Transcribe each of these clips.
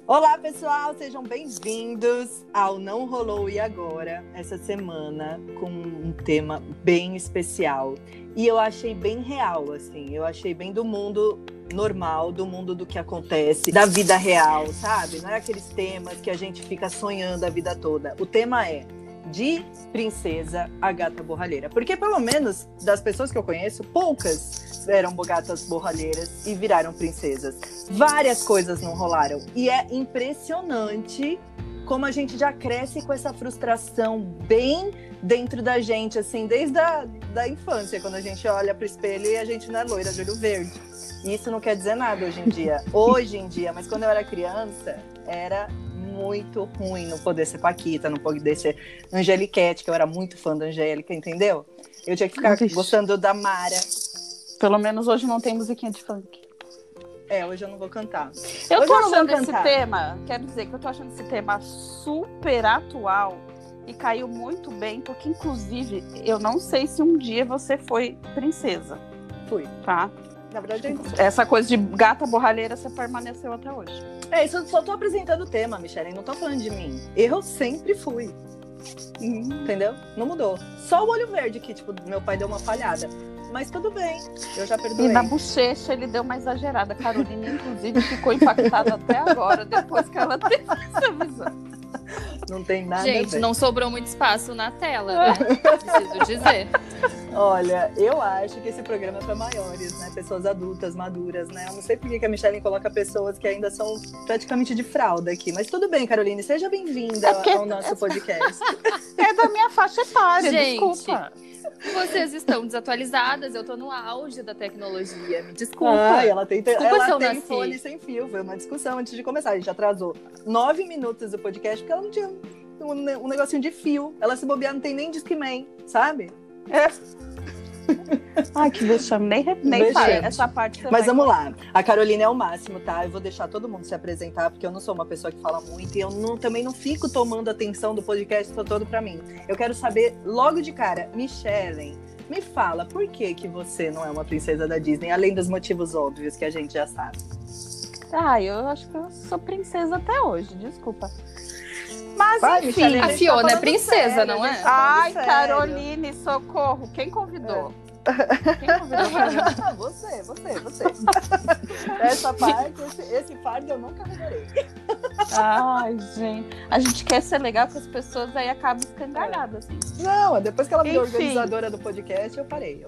Olá, pessoal, sejam bem-vindos ao Não Rolou e Agora, essa semana com um tema bem especial. E eu achei bem real, assim, eu achei bem do mundo normal, do mundo do que acontece, da vida real, sabe? Não é aqueles temas que a gente fica sonhando a vida toda. O tema é de princesa a gata borralheira. Porque, pelo menos, das pessoas que eu conheço, poucas eram gatas borralheiras e viraram princesas. Várias coisas não rolaram. E é impressionante como a gente já cresce com essa frustração bem dentro da gente, assim, desde da infância, quando a gente olha pro espelho e a gente não é loira de olho verde. E isso não quer dizer nada hoje em dia, mas quando eu era criança, era muito ruim não poder ser Paquita, não poder ser Angeliquete, que eu era muito fã da Angélica, entendeu? Eu tinha que ficar gostando da Mara. Pelo menos hoje não tem musiquinha de funk. Hoje eu não vou cantar. Eu tô achando esse tema, quero dizer que eu tô achando esse tema super atual e caiu muito bem, porque inclusive eu não sei se um dia você foi princesa. Fui. Tá? Na verdade, essa coisa de gata borralheira você permaneceu até hoje. Isso eu só tô apresentando o tema, Michelle, não tô falando de mim. Eu sempre fui. Entendeu? Não mudou. Só o olho verde que, tipo, meu pai deu uma falhada. Mas tudo bem, eu já perdoei. E na bochecha ele deu uma exagerada. A Carolina, inclusive, ficou impactada até agora, depois que ela teve essa visão. Não tem nada Gente, a ver. não sobrou muito espaço na tela, né? Preciso dizer. Olha, eu acho que esse programa é para maiores, né? Pessoas adultas, maduras, né? Eu não sei por que a Michelle coloca pessoas que ainda são praticamente de fralda aqui. Mas tudo bem, Caroline, seja bem-vinda ao nosso podcast. É da minha faixa etária, Gente, desculpa. Vocês estão desatualizadas, eu tô no auge da tecnologia, me desculpa. Ela tem Desculpa fone sem fio, foi uma discussão antes de começar. A gente atrasou 9 minutos do podcast porque ela não tinha um negocinho de fio. Ela se bobear, não tem nem Discman, sabe? Ai, que vexame, nem fala essa parte também. Mas vamos lá, a Carolina é o máximo, tá? Eu vou deixar todo mundo se apresentar, porque eu não sou uma pessoa que fala muito e eu também não fico tomando atenção do podcast todo pra mim. Eu quero saber, logo de cara, Michelle, me fala, por que você não é uma princesa da Disney, além dos motivos óbvios que a gente já sabe? Eu acho que eu sou princesa até hoje, desculpa. Mas, enfim, Michelle, a Fiona é princesa, sério, não é? Ai, Caroline, socorro. Quem convidou? Quem convidou? Você. Essa parte, esse fardo eu não carregarei. Ai, gente. A gente quer ser legal com as pessoas, aí acaba escangalhada, assim. Não, depois que ela virou organizadora do podcast, eu parei.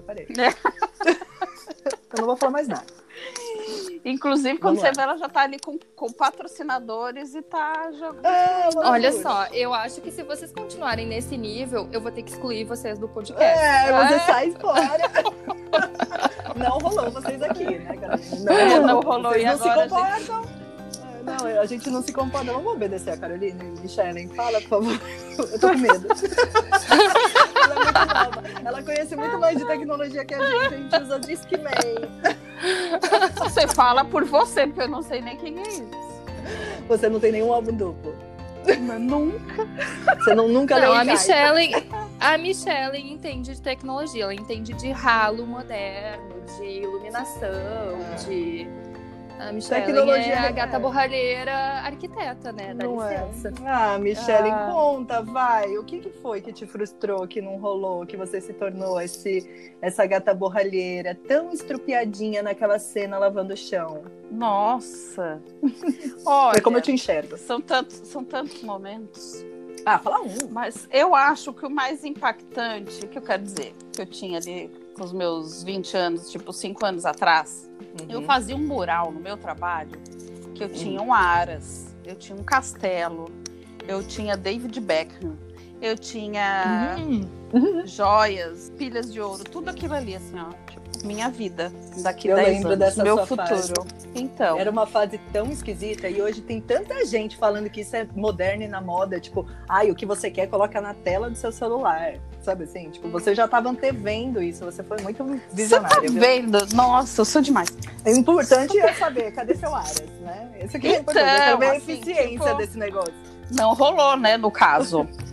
Eu não vou falar mais nada. Inclusive, quando você vê, ela já tá ali com patrocinadores e tá jogando. Olha só, eu acho que se vocês continuarem nesse nível, eu vou ter que excluir vocês do podcast. Você sai fora. Não rolou vocês aqui, né, Carolina? Não rolou. Vocês E não agora, se comportam. Não, a gente não se comporta. Vamos obedecer a Carolina e Michelle. Fala, por favor. Eu tô com medo. Ela é muito nova. Ela conhece muito mais de tecnologia que a gente usa Discman. Você fala por você, porque eu não sei nem quem é isso. Você não tem nenhum álbum duplo? Nunca. Você nunca leu a Michelle entende de tecnologia. Ela entende de ralo moderno, de iluminação, de... A Michelle é a gata borralheira arquiteta, né? Dá licença. Michelle, conta, vai. O que foi que te frustrou, que não rolou, que você se tornou essa gata borralheira tão estrupiadinha naquela cena lavando o chão? Nossa! Olha, é como eu te enxergo. São tantos momentos. Fala um. Mas eu acho que o mais impactante, que eu quero dizer, que eu tinha ali com os meus 20 anos, tipo 5 anos atrás, eu fazia um mural no meu trabalho, que eu tinha um aras, eu tinha um castelo, eu tinha David Beckham, eu tinha joias, pilhas de ouro, tudo aquilo ali, assim, ó, tipo, minha vida, daqui 10 anos, dessa meu sua futuro. fase. Então. Era uma fase tão esquisita e hoje tem tanta gente falando que isso é moderno e na moda, tipo, o que você quer, coloca na tela do seu celular, sabe assim? Tipo, você já estava antevendo isso, você foi muito visionária. Você tá vendo? Nossa, eu sou demais. É importante saber, cadê seu Aras, né? Isso aqui é importante, eu quero ver a eficiência desse negócio. Não rolou, né, no caso.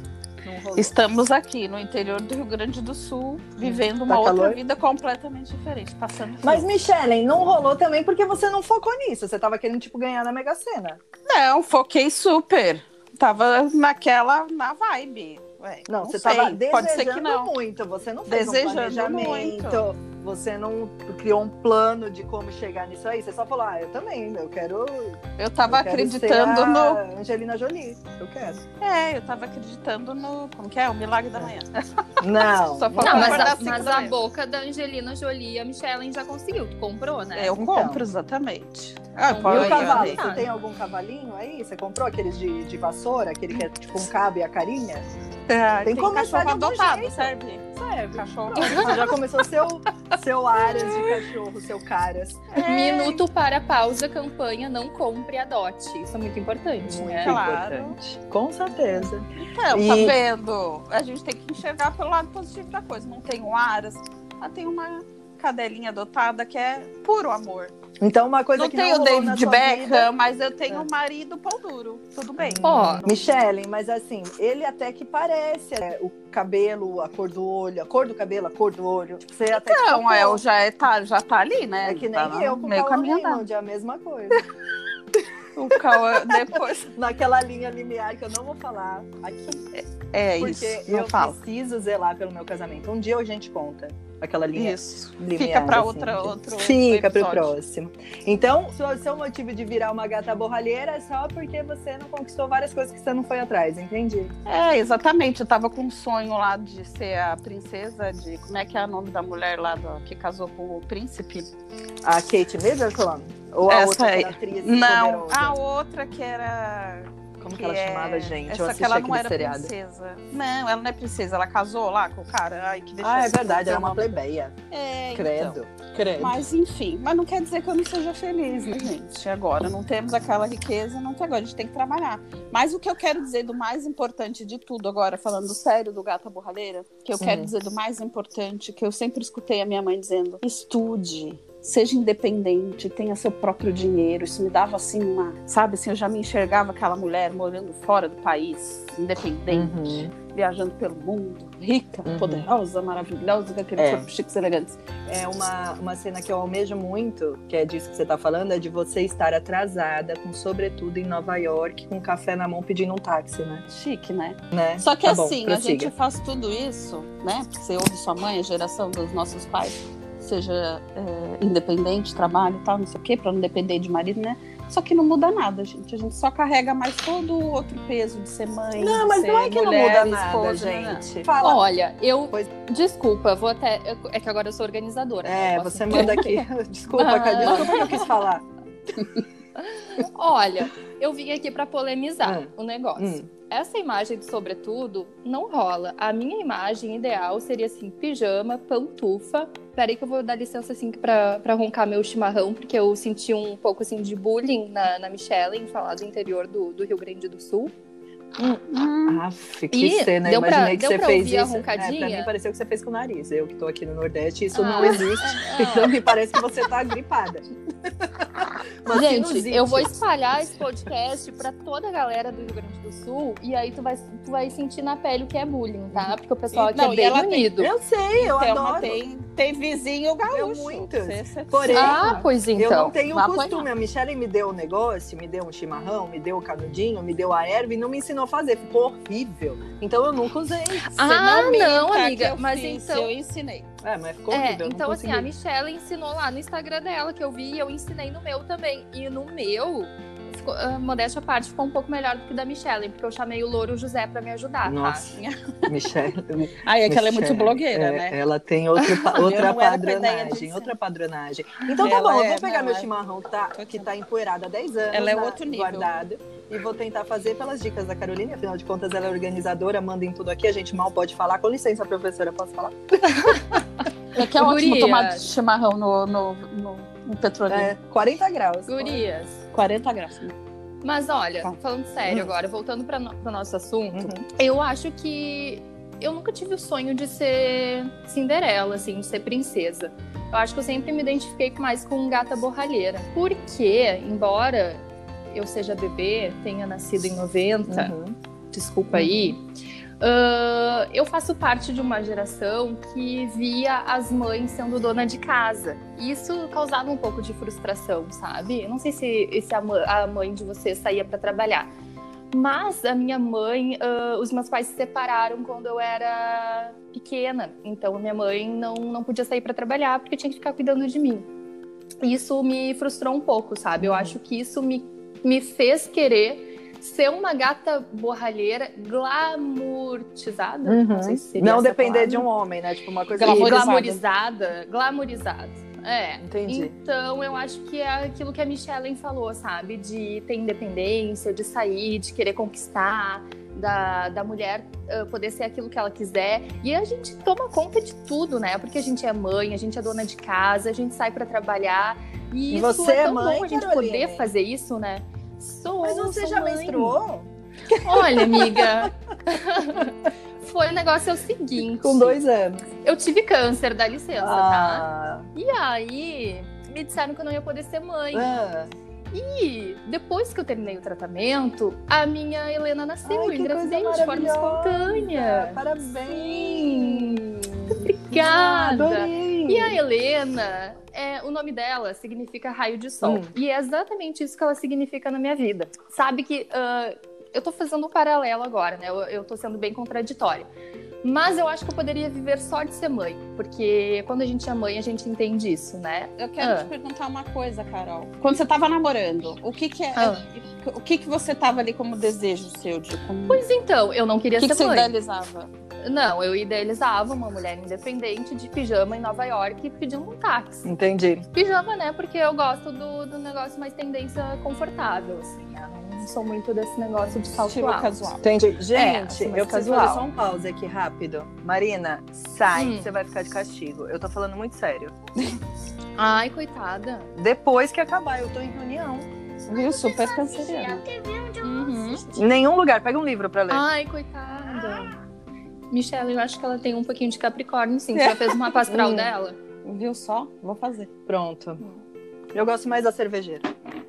Estamos aqui no interior do Rio Grande do Sul, vivendo uma outra vida completamente diferente, passando frio. Mas, Michelle, não rolou também porque você não focou nisso. Você tava querendo, tipo, ganhar na Mega Sena. Não, foquei super. Tava na vibe. Ué, não, você tava desejando não. muito. Você não fez um planejamento. Você não criou um plano de como chegar nisso aí. Você só falou, eu também, Eu tava acreditando no... Angelina Jolie, eu quero. Eu tava acreditando no... Como que é? O Milagre da Manhã. Não. Mas a boca da Angelina Jolie, a Michelle já conseguiu. Tu comprou, né? Eu compro, exatamente. E o cavalo? Você tem algum cavalinho aí? Você comprou aqueles de vassoura? Aquele que é tipo um cabo e a carinha? Tem que começar de adotado, serve. Cachorro. Você já começou seu Aras de cachorro, seu Caras. Minuto para pausa, campanha não compre, adote. Isso é muito importante, né? Claro. Importante. Com certeza. Então, tá vendo? A gente tem que enxergar pelo lado positivo da coisa. Não tem um Aras, tem uma cadelinha adotada que é puro amor. Então, uma coisa não que tem não o David Beckham, vida... mas eu tenho um marido pão duro. Tudo bem. Michelle, mas assim, ele até que parece o cabelo, a cor do olho, a cor do cabelo, a cor do olho. Você até então, já tá ali, né? É que nem eu com o Cauã Raymond, é a mesma coisa. O Cauã, depois... Naquela linha limiar que eu não vou falar aqui. Porque eu preciso zelar pelo meu casamento. Um dia a gente conta aquela linha. Isso. Limiar, fica para assim, outro Fica para o próximo. Então, seu motivo de virar uma gata borralheira é só porque você não conquistou várias coisas que você não foi atrás, entendi. Exatamente. Eu tava com um sonho lá de ser a princesa de... Como é que é o nome da mulher lá que casou com o príncipe? A Kate Middleton? Ou a outra que era atriz Não, poderosa? a outra que era... Como que ela chamava, gente? Essa que ela não era seriado. Princesa. Não, ela não é princesa. Ela casou lá com o cara. Ai, que deixa é verdade. Ela é uma plebeia. Credo. Então. Credo. Mas, enfim. Mas não quer dizer que eu não seja feliz, né, gente? Agora, não temos aquela riqueza, não tem agora. A gente tem que trabalhar. Mas o que eu quero dizer do mais importante de tudo agora, falando sério do Gata Borralheira, que eu quero dizer do mais importante, que eu sempre escutei a minha mãe dizendo: estude. Seja independente, tenha seu próprio dinheiro. Isso me dava assim sabe assim, eu já me enxergava aquela mulher morando fora do país, independente, viajando pelo mundo, rica, poderosa, maravilhosa, com aquele corpo chiques elegantes. É uma cena que eu almejo muito, que é disso que você tá falando, é de você estar atrasada, com sobretudo em Nova York, com um café na mão pedindo um táxi, né? Chique, né? Só que assim, a gente faz tudo isso, né? Você ouve sua mãe, a geração dos nossos pais, seja independente, trabalho e tal, não sei o quê, para não depender de marido, né? Só que não muda nada, gente. A gente só carrega mais todo o outro peso de ser mãe. Não, mas não é que mulher, não muda esposa, nada, gente. Fala. Olha, desculpa, vou até... É que agora eu sou organizadora. Você manda aqui. Desculpa que eu quis falar. Olha, eu vim aqui para polemizar o negócio. Essa imagem de sobretudo não rola. A minha imagem ideal seria assim, pijama, pantufa. Peraí que eu vou dar licença assim pra roncar meu chimarrão, porque eu senti um pouco assim de bullying na Michelle em falar do interior do Rio Grande do Sul. Que cena, eu imaginei que você fez isso. Pra mim pareceu que você fez com o nariz. Eu que tô aqui no Nordeste, isso não existe. Então me parece que você tá gripada. Gente, eu vou espalhar esse podcast pra toda a galera do Rio Grande do Sul, e aí tu vai sentir na pele o que é bullying, tá? Porque o pessoal aqui é bem unido. Eu sei, eu adoro. Tem vizinho gaúcho. Eu muitos. Porém, pois então. Eu não tenho o costume. A Michelle me deu um negócio, me deu um chimarrão, me deu o canudinho, me deu a erva e não me ensinou a fazer. Ficou horrível. Então eu nunca usei. Não, amiga. Mas então... Eu ensinei. Mas ficou horrível. Então, assim, a Michelle ensinou lá no Instagram dela, que eu vi, e eu ensinei no meu também. E no meu, modéstia à parte, ficou um pouco melhor do que da Michelle, porque eu chamei o Louro José pra me ajudar. Nossa, tá? Michelle. É que ela é muito blogueira, né? Ela tem outra padronagem. Então tá bom, eu vou pegar meu chimarrão que tá empoeirado há 10 anos. Ela é outro nível. Guardado. E vou tentar fazer pelas dicas da Carolina, afinal de contas ela é organizadora, mandem tudo aqui, a gente mal pode falar. Com licença, professora, posso falar? É que é ótimo tomar chimarrão no petróleo. 40 graus. Gurias. 40 graus. Mas olha, falando sério agora, voltando para o nosso assunto, eu acho que eu nunca tive o sonho de ser Cinderela, assim, de ser princesa. Eu acho que eu sempre me identifiquei mais com gata borralheira. Porque, embora eu seja bebê, tenha nascido em 90, desculpa aí, Eu faço parte de uma geração que via as mães sendo dona de casa. E isso causava um pouco de frustração, sabe? Eu não sei se a mãe de vocês saía para trabalhar. Mas a minha mãe, os meus pais se separaram quando eu era pequena. Então a minha mãe não podia sair para trabalhar porque tinha que ficar cuidando de mim. Isso me frustrou um pouco, sabe? Eu acho que isso me fez querer ser uma gata borralheira glamourtizada. Não sei se seria não essa depender palavra. de um homem, né? Tipo uma coisa Glamourizada. Entendi. Então eu acho que é aquilo que a Michelle falou, sabe? De ter independência, de sair, de querer conquistar, da mulher poder ser aquilo que ela quiser. E a gente toma conta de tudo, né? Porque a gente é mãe, a gente é dona de casa, a gente sai pra trabalhar. E isso você é tão mãe, bom a gente Caroline? poder fazer isso, né? Mas você já mãe. menstruou? Olha, amiga, o negócio é o seguinte. Com 2 anos. Eu tive câncer, dá licença, tá? E aí, me disseram que eu não ia poder ser mãe. E depois que eu terminei o tratamento, a minha Helena nasceu. Eu engravidei de forma espontânea. Parabéns! Obrigada! Adorei. E a Helena, o nome dela significa raio de sol. E é exatamente isso que ela significa na minha vida. Sabe que eu tô fazendo um paralelo agora, né? Eu tô sendo bem contraditória. Mas eu acho que eu poderia viver só de ser mãe. Porque quando a gente é mãe, a gente entende isso, né? Eu quero te perguntar uma coisa, Carol. Quando você tava namorando, o que você tava ali como desejo seu? Pois então, eu não queria ser mãe. O que você idealizava? Não, eu idealizava uma mulher independente de pijama em Nova York pedindo um táxi. Entendi. Pijama, né? Porque eu gosto do negócio mais tendência confortável, assim. Eu não sou muito desse negócio de salto alto. Casual. Entendi. Gente, eu preciso casual. fazer só um pause aqui rápido. Marina, sai, você vai ficar de castigo. Eu tô falando muito sério. Ai, coitada. Depois que acabar, eu tô em reunião. Viu? Super canceriana. Em nenhum lugar. Pega um livro pra ler. Ai, coitada. Michelle, eu acho que ela tem um pouquinho de Capricórnio, sim. Você já fez uma astral dela? Viu só? Vou fazer. Pronto. Eu gosto mais da cervejeira.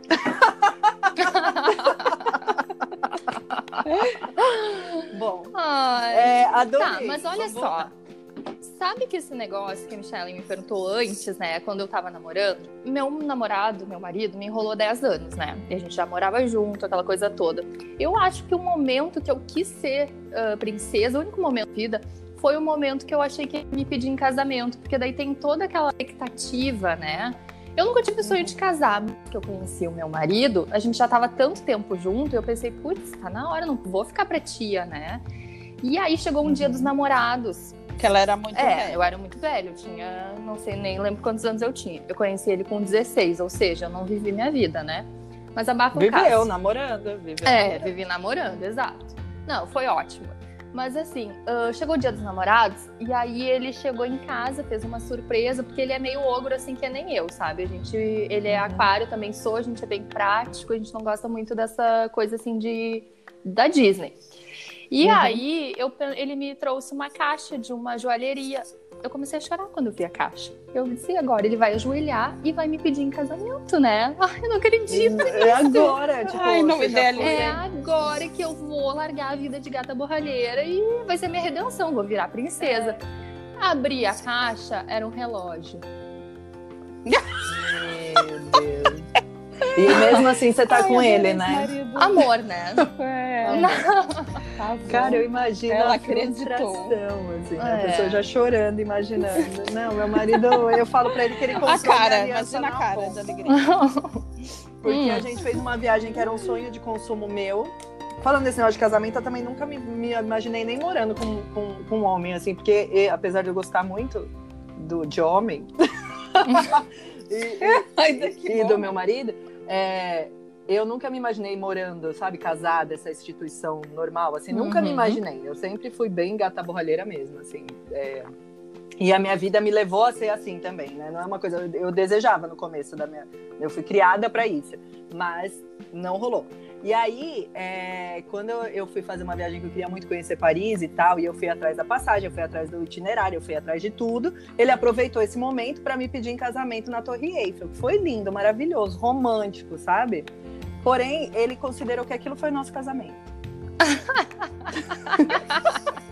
Bom, adorei. Tá, mas olha só. Sabe que esse negócio que a Michelle me perguntou antes, né? Quando eu tava namorando, meu marido, me enrolou 10 anos, né? E a gente já morava junto, aquela coisa toda. Eu acho que o momento que eu quis ser princesa, o único momento da vida, foi o momento que eu achei que ele me pedia em casamento. Porque daí tem toda aquela expectativa, né? Eu nunca tive sonho de casar, porque eu conheci o meu marido, a gente já tava tanto tempo junto, e eu pensei, putz, tá na hora, não vou ficar pra tia, né? E aí chegou um dia dos namorados. Que ela era muito velha. Eu era muito velha, eu tinha, não sei, nem lembro quantos anos eu tinha. Eu conheci ele com 16, ou seja, eu não vivi minha vida, né? Mas abafa o caso. Viveu namorando. Vivi namorando, exato. Não, foi ótimo. Mas assim, chegou o dia dos namorados, e aí ele chegou em casa, fez uma surpresa, porque ele é meio ogro, assim, que é nem eu, sabe? Ele é aquário, também sou, a gente é bem prático, a gente não gosta muito dessa coisa, assim, da Disney. E aí, ele me trouxe uma caixa de uma joalheria. Eu comecei a chorar quando eu vi a caixa. Eu disse, agora ele vai ajoelhar e vai me pedir em casamento, né? Ai, eu não acredito. É agora, tipo, ai, não idealiza. É agora que eu vou largar a vida de gata borralheira e vai ser minha redenção, vou virar princesa. Abri a caixa, era um relógio. Meu Deus. E mesmo assim você tá com ele, né? Marido. Amor, né? Tá, cara, eu imagino ela a frustração, assim, a pessoa já chorando, imaginando. Não, meu marido, eu falo pra ele que ele comprou a cara, minha aliança imagina a na cara ponta. de alegria. Porque a gente fez uma viagem que era um sonho de consumo meu. Falando desse negócio de casamento, eu também nunca me imaginei nem morando com um homem, assim, porque apesar de eu gostar muito de homem e do meu marido, eu nunca me imaginei morando, sabe, casada, essa instituição normal, assim, nunca me imaginei. Eu sempre fui bem gata borralheira mesmo, assim. E a minha vida me levou a ser assim também, né? Não é uma coisa... Eu desejava no começo da minha... Eu fui criada para isso, mas não rolou. E aí, quando eu fui fazer uma viagem que eu queria muito conhecer Paris e tal, e eu fui atrás da passagem, eu fui atrás do itinerário, eu fui atrás de tudo, ele aproveitou esse momento para me pedir em casamento na Torre Eiffel, que foi lindo, maravilhoso, romântico, sabe? Porém, ele considerou que aquilo foi o nosso casamento.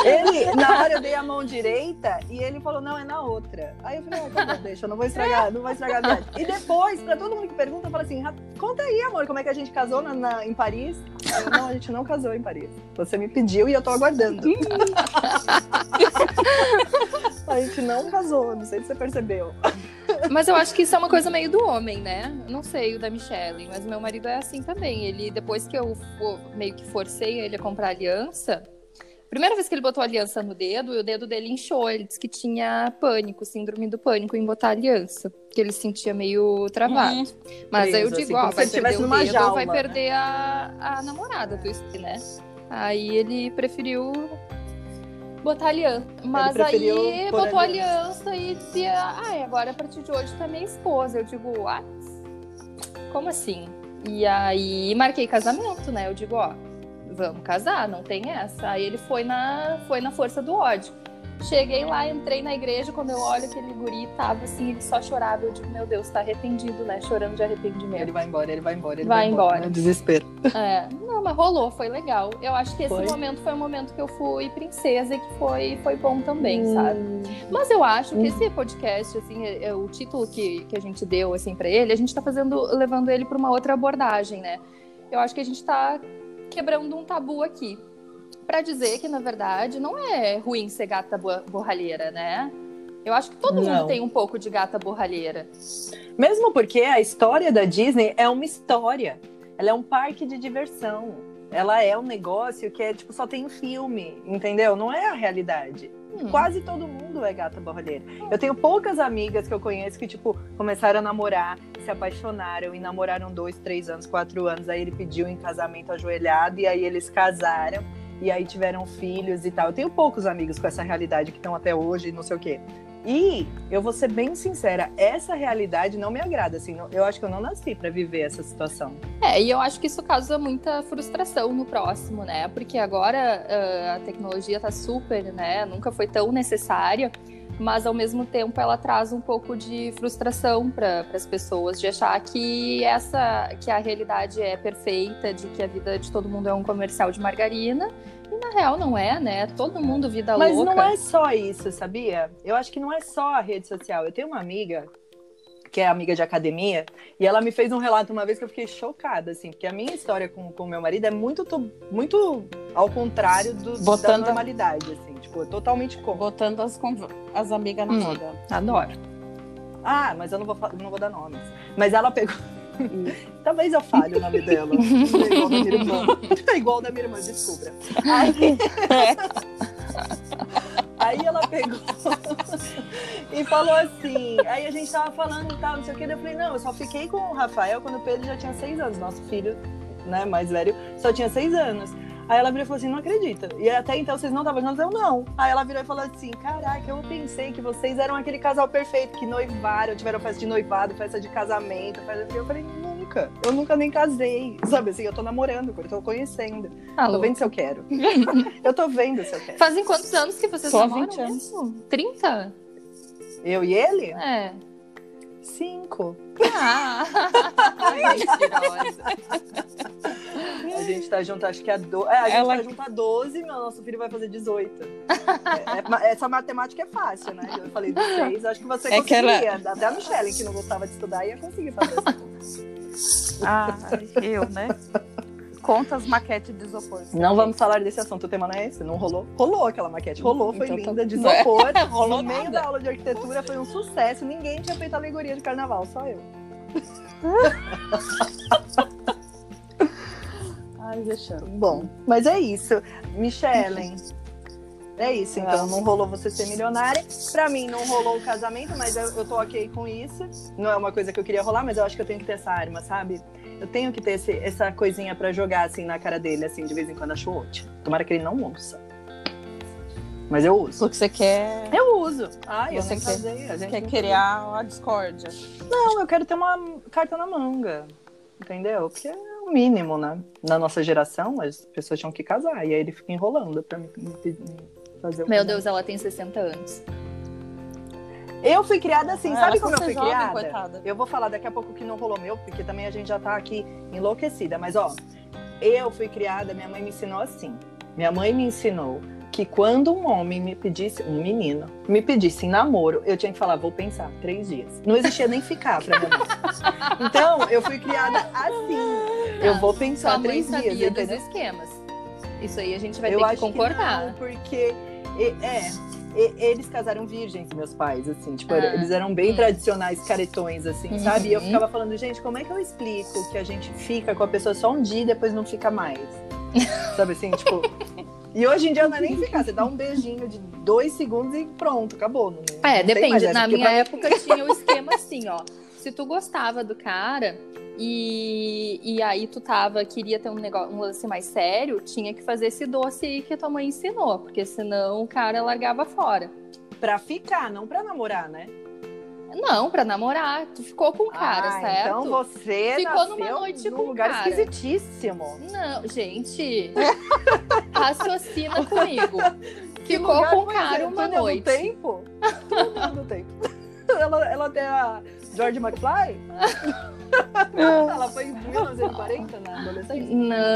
Na hora eu dei a mão direita e ele falou, não, é na outra. Aí eu falei, tá bom, deixa, eu não vou estragar a viagem. E depois, pra todo mundo que pergunta, eu falo assim, conta aí, amor, como é que a gente casou em Paris? Eu, não, a gente não casou em Paris. Você me pediu e eu tô aguardando. A gente não casou, não sei se você percebeu. Mas eu acho que isso é uma coisa meio do homem, né? Não sei o da Michelle, mas meu marido é assim também. Ele, depois que eu meio que forcei ele a comprar aliança, primeira vez que ele botou a aliança no dedo, o dedo dele inchou. Ele disse que tinha pânico, síndrome do pânico em botar aliança, que ele se sentia meio travado. Mas preso, aí eu digo, assim, vai perder o dedo jaula, ou vai né? perder a namorada, né? Aí ele preferiu botar aliança. Mas aí botou aliança e dizia, agora a partir de hoje tá minha esposa. Eu digo, como assim? E aí marquei casamento, né? Eu digo, vamos casar, não tem essa. Aí ele foi na força do ódio. Cheguei lá, entrei na igreja, quando eu olho aquele guri, tava assim, ele só chorava. Eu digo, meu Deus, tá arrependido, né? Chorando de arrependimento. Ele vai embora. Vai embora. Né? Desespero. Não, mas rolou, foi legal. Eu acho que esse momento foi um momento que eu fui princesa e que foi bom também, sabe? Mas eu acho que esse podcast, assim, o título que a gente deu, assim, pra ele, a gente tá levando ele pra uma outra abordagem, né? Eu acho que a gente tá quebrando um tabu aqui. Pra dizer que, na verdade, não é ruim ser gata borralheira, né? Eu acho que todo mundo tem um pouco de gata borralheira. Mesmo porque a história da Disney é uma história. Ela é um parque de diversão. Ela é um negócio que é, tipo, só tem filme, entendeu? Não é a realidade. Quase todo mundo é gata borralheira. Eu tenho poucas amigas que eu conheço que, tipo, começaram a namorar, se apaixonaram e namoraram 2, 3 anos, 4 anos. Aí ele pediu em casamento ajoelhado e aí eles casaram. E aí tiveram filhos e tal. Eu tenho poucos amigos com essa realidade que estão até hoje, não sei o quê. E eu vou ser bem sincera, essa realidade não me agrada, assim. Eu acho que eu não nasci para viver essa situação. E eu acho que isso causa muita frustração no próximo, né? Porque agora a tecnologia tá super, né? Nunca foi tão necessária. Mas, ao mesmo tempo, ela traz um pouco de frustração para as pessoas, de achar que a realidade é perfeita, de que a vida de todo mundo é um comercial de margarina. E, na real, não é, né? Todo mundo vida louca. Mas não é só isso, sabia? Eu acho que não é só a rede social. Eu tenho uma amiga, que é amiga de academia, e ela me fez um relato uma vez que eu fiquei chocada, assim, porque a minha história com o meu marido é muito ao contrário da normalidade, assim, tipo, totalmente contra. Botando as amigas na roda. Adoro. Mas eu não vou dar nomes. Mas ela pegou... Talvez eu fale o nome dela. É igual da minha irmã. É igual da minha irmã, descubra. Aí ela pegou e falou assim, aí a gente tava falando e tal, não sei o que, eu falei, não, eu só fiquei com o Rafael quando o Pedro já tinha 6 anos, nosso filho, né, mais velho, só tinha 6 anos. Aí ela virou e falou assim, não acredita. E até então vocês não estavam juntos? Eu não. Aí ela virou e falou assim, caraca, eu pensei que vocês eram aquele casal perfeito, que noivaram, tiveram festa de noivado, festa de casamento, eu falei, eu nunca nem casei, sabe assim, eu tô namorando, eu tô conhecendo, tô vendo se eu quero. Eu tô vendo se eu quero. Fazem quantos anos que vocês namoram? 20 anos. Mesmo? 30? Eu e ele? 5. Mentirosa. A gente tá junto, acho que a gente tá junto há 12, nosso filho vai fazer 18. Essa matemática é fácil, né? Eu falei 16, acho que você conseguiria. Até a Michelle, que não gostava de estudar, ia conseguir fazer isso. Eu, né? Conta as maquetes de isopor. Não vamos falar desse assunto, o tema não é esse. Não rolou? Rolou aquela maquete. Rolou, foi linda, de isopor. Rolou no meio da aula de arquitetura, foi um sucesso. Ninguém tinha feito alegoria de carnaval, só eu. Deixando. Bom, mas é isso. Michelle, é isso. Então, não rolou você ser milionária. Pra mim, não rolou o casamento, mas eu tô ok com isso. Não é uma coisa que eu queria rolar, mas eu acho que eu tenho que ter essa arma, sabe? Eu tenho que ter essa coisinha pra jogar, assim, na cara dele, assim, de vez em quando. Acho ótimo. Tomara que ele não ouça. Mas eu uso. Porque você quer... Eu uso. Eu você nem casei. A gente quer criar uma discórdia. Não, eu quero ter uma carta na manga. Entendeu? Porque é o mínimo, né? Na nossa geração, as pessoas tinham que casar. E aí ele fica enrolando pra me fazer o Meu Deus, ela tem 60 anos. Eu fui criada assim, sabe como eu fui jovem, criada? Coitada. Eu vou falar daqui a pouco que não rolou meu, porque também a gente já tá aqui enlouquecida. Mas, ó, eu fui criada, minha mãe me ensinou assim. Minha mãe me ensinou que quando um homem me pedisse, um menino, me pedisse em namoro, eu tinha que falar, vou pensar, 3 dias. Não existia nem ficar pra minha mãe. Então, eu fui criada assim. Eu vou pensar 3 dias, sabia entendeu? dos esquemas. Isso aí a gente vai ter que concordar. Que não, porque eles casaram virgens, meus pais, assim, tipo, eles eram bem tradicionais, caretões, assim, sabe? E eu ficava falando, gente, como é que eu explico que a gente fica com a pessoa só um dia e depois não fica mais? Sabe assim, tipo... E hoje em dia não é nem ficar, você dá um beijinho de 2 segundos e pronto, acabou. Não depende. Na minha época tinha o esquema assim, ó. Se tu gostava do cara e aí tu queria ter um lance mais sério, tinha que fazer esse doce aí que a tua mãe ensinou, porque senão o cara largava fora. Pra ficar, não pra namorar, né? Não, pra namorar. Tu ficou com o cara, certo? Então você ficou numa noite com um lugar cara. esquisitíssimo. Não, gente. Raciocina comigo. Ficou com o cara uma noite. Do tempo? Túnel do tempo. Ela tem a George McFly? Ela foi em 1940 na adolescência?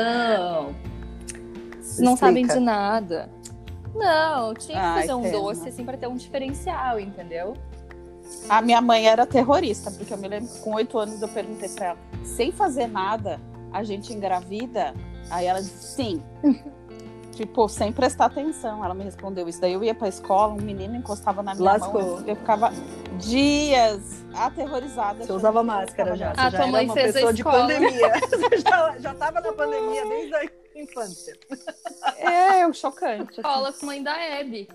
Não sabem de nada. Não, tinha que fazer um doce assim pra ter um diferencial, entendeu? A minha mãe era terrorista, porque eu me lembro que com 8 anos eu perguntei pra ela, sem fazer nada, a gente engravida? Aí ela disse, sim. Tipo, sem prestar atenção. Ela me respondeu isso. Daí eu ia pra escola, um menino encostava na minha mão. Eu ficava dias aterrorizada. Você usava máscara já. Você já tua mãe era uma fez pessoa a de escola. pandemia. Você já tava na pandemia desde a infância. Chocante. Escola com a mãe da Abby.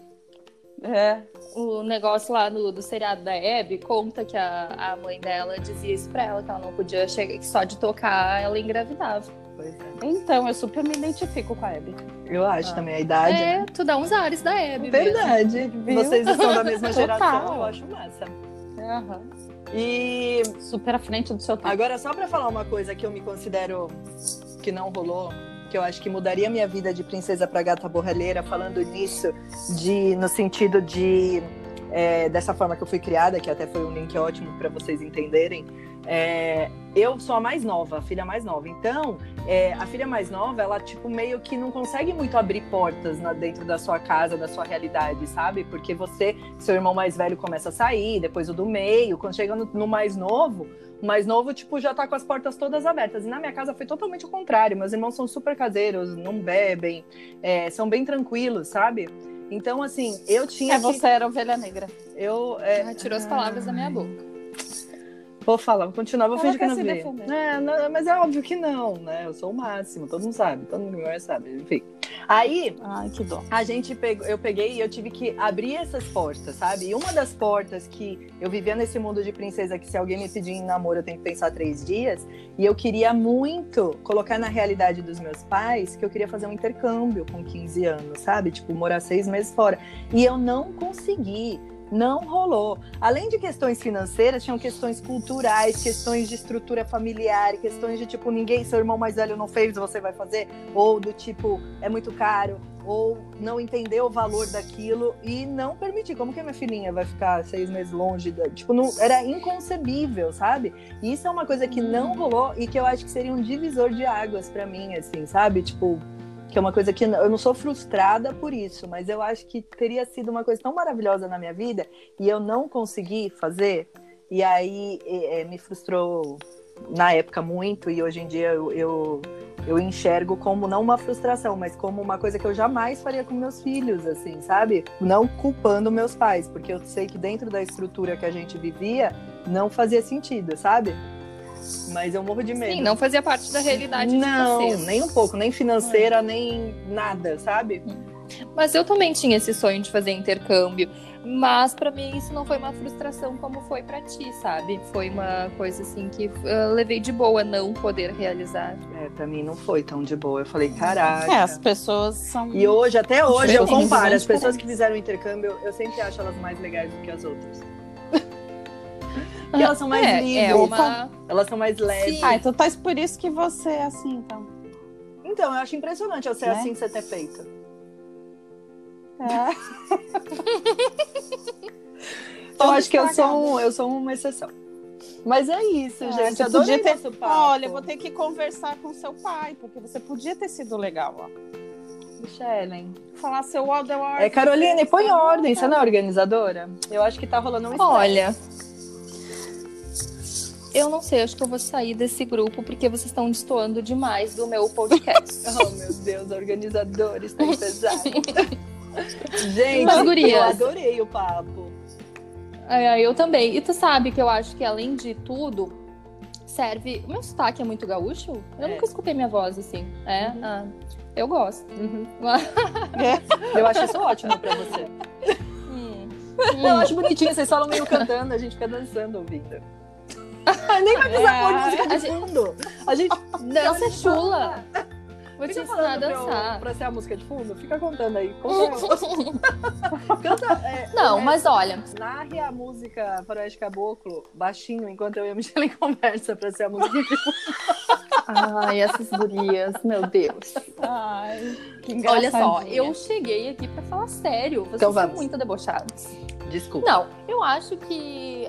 O negócio lá do seriado da Abby conta que a mãe dela dizia isso pra ela, que ela não podia chegar, que só de tocar ela engravidava. Pois é. Então, eu super me identifico com a Abby. Eu acho também, a idade, né? Tu dá uns ares da Abby. Verdade. Mesmo. Vocês são da mesma geração, Total. eu acho massa. Uhum. E Super à frente do seu tempo. agora, só pra falar uma coisa que eu me considero que não rolou, que eu acho que mudaria minha vida de princesa pra gata borralheira, falando nisso, no sentido de dessa forma que eu fui criada, que até foi um link ótimo para vocês entenderem. Eu sou a mais nova, a filha mais nova. Então, a filha mais nova, ela tipo meio que não consegue muito abrir portas dentro da sua casa, da sua realidade, sabe? Porque seu irmão mais velho começa a sair, depois o do meio. Quando chega no mais novo, o mais novo tipo já tá com as portas todas abertas. E na minha casa foi totalmente o contrário. Meus irmãos são super caseiros, não bebem, são bem tranquilos, sabe? Então, assim, eu tinha. Você era ovelha negra. Tirou as palavras da minha boca. Vou falar, vou continuar, vou fingir que não vi. Defender. Mas é óbvio que não, né? Eu sou o máximo, todo mundo sabe, todo mundo sabe, enfim. Aí, ai, que dó. Eu peguei e eu tive que abrir essas portas, sabe? E uma das portas que eu vivia nesse mundo de princesa, que se alguém me pedir em namoro, eu tenho que pensar 3 dias, e eu queria muito colocar na realidade dos meus pais que eu queria fazer um intercâmbio com 15 anos, sabe? Tipo, morar 6 meses fora. E eu não consegui. Não rolou. Além de questões financeiras, tinham questões culturais, questões de estrutura familiar, questões de tipo, seu irmão mais velho não fez, você vai fazer, ou do tipo, é muito caro, ou não entendeu o valor daquilo e não permitir. Como que a minha filhinha vai ficar 6 meses longe? Tipo, não, era inconcebível, sabe? E isso é uma coisa que não rolou e que eu acho que seria um divisor de águas pra mim, assim, sabe? Tipo, que é uma coisa que eu não sou frustrada por isso, mas eu acho que teria sido uma coisa tão maravilhosa na minha vida e eu não consegui fazer, e aí me frustrou na época muito, e hoje em dia eu enxergo como não uma frustração, mas como uma coisa que eu jamais faria com meus filhos, assim, sabe? Não culpando meus pais, porque eu sei que dentro da estrutura que a gente vivia, não fazia sentido, sabe? Mas eu morro de medo. Sim, não fazia parte da realidade de vocês. Não, nem um pouco, nem financeira, nem nada, sabe? Mas eu também tinha esse sonho de fazer intercâmbio, mas pra mim isso não foi uma frustração como foi pra ti, sabe? Foi uma coisa assim que eu levei de boa não poder realizar. Pra mim não foi tão de boa. Eu falei, caraca. As pessoas são... E até hoje, eu comparo. As pessoas que fizeram intercâmbio, eu sempre acho elas mais legais do que as outras. Porque elas são mais livres. Elas são mais leves. Sim. Então tá por isso que você é assim, então. Então, eu acho impressionante eu ser assim, você ter feito. Eu acho que eu sou uma exceção. Mas é isso, gente. Você podia ter... Olha, eu vou ter que conversar com seu pai, porque você podia ter sido legal, ó. Michelle. Falar seu ordem. Caroline, põe ordem. Você não é organizadora? Eu acho que tá rolando um estresse. Olha, eu não sei, acho que eu vou sair desse grupo porque vocês estão destoando demais do meu podcast. Oh, meu Deus, a organizadora está pesada. Gente, Mas, gurias, eu adorei o papo. Eu também. E tu sabe que eu acho que, além de tudo, serve... O meu sotaque é muito gaúcho? Eu nunca escutei minha voz assim. Eu gosto. Eu acho isso ótimo pra você. Eu acho bonitinho, vocês falam meio cantando, a gente fica dançando ouvindo. Nem vai precisar pôr música de fundo. A gente dança chula. Vou te fica ensinar a falando dançar. pra ser a música de fundo, fica contando aí. Mas olha... Narre a música Faroeste Caboclo baixinho, enquanto eu e a Michelle conversa pra ser a música de fundo. Ai, essas gurias, meu Deus. Ai, que olha só, eu cheguei aqui pra falar sério. Vocês então são muito debochados. Desculpa. Não, eu acho que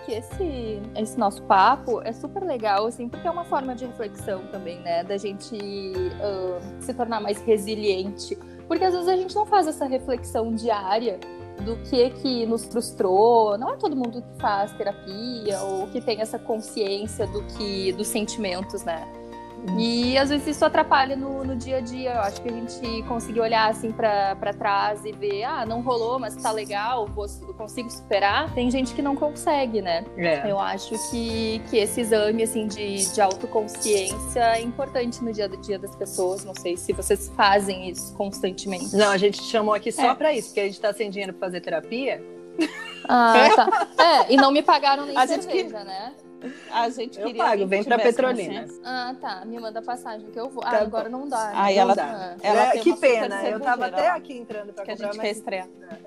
esse nosso papo é super legal, assim, porque é uma forma de reflexão também, né? Da gente se tornar mais resiliente. Porque às vezes a gente não faz essa reflexão diária do que nos frustrou. Não é todo mundo que faz terapia ou que tem essa consciência dos sentimentos, né? E às vezes isso atrapalha no dia a dia. Eu acho que a gente conseguir olhar assim pra trás e ver, não rolou, mas tá legal, consigo superar. Tem gente que não consegue, né? Eu acho que esse exame assim, de autoconsciência é importante no dia a dia das pessoas. Não sei se vocês fazem isso constantemente. Não, a gente chamou aqui só pra isso, porque a gente tá sem dinheiro pra fazer terapia. Tá. E não me pagaram nem cerveja, né? A gente queria. Eu pago, vem pra Petrolina. Tá. Me manda passagem que eu vou. Tá agora não dá. Né? Aí não ela dá. Tem que uma pena. Eu tava até aqui entrando pra que comprar, a gente quer estrear.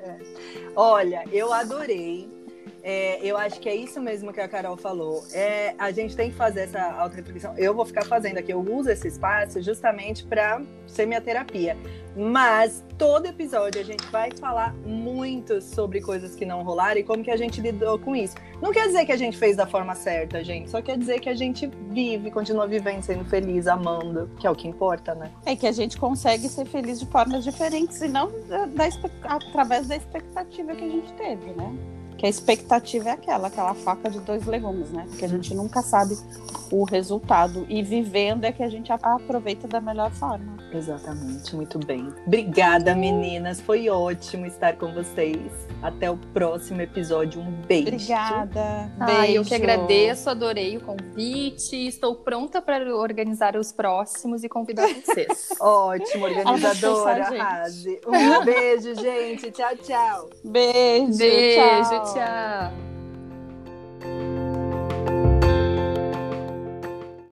Olha, eu adorei. Eu acho que é isso mesmo que a Carol falou. A gente tem que fazer essa auto-reflexão. Eu vou ficar fazendo aqui. Eu uso esse espaço justamente para ser minha terapia. Mas todo episódio a gente vai falar muito sobre coisas que não rolaram e como que a gente lidou com isso. Não quer dizer que a gente fez da forma certa, gente. Só quer dizer que a gente continua vivendo, sendo feliz, amando, que é o que importa, né? É que a gente consegue ser feliz de formas diferentes e não através da expectativa que a gente teve, né? Que a expectativa é aquela faca de dois legumes, né? Porque a gente nunca sabe o resultado. E vivendo é que a gente aproveita da melhor forma. Exatamente, muito bem. Obrigada, meninas. Foi ótimo estar com vocês. Até o próximo episódio. Um beijo. Obrigada. Beijo. Eu que agradeço, adorei o convite. Estou pronta para organizar os próximos e convidar vocês. Ótimo, organizadora. Arrase. Um beijo, gente. Tchau, tchau. Beijo, tchau.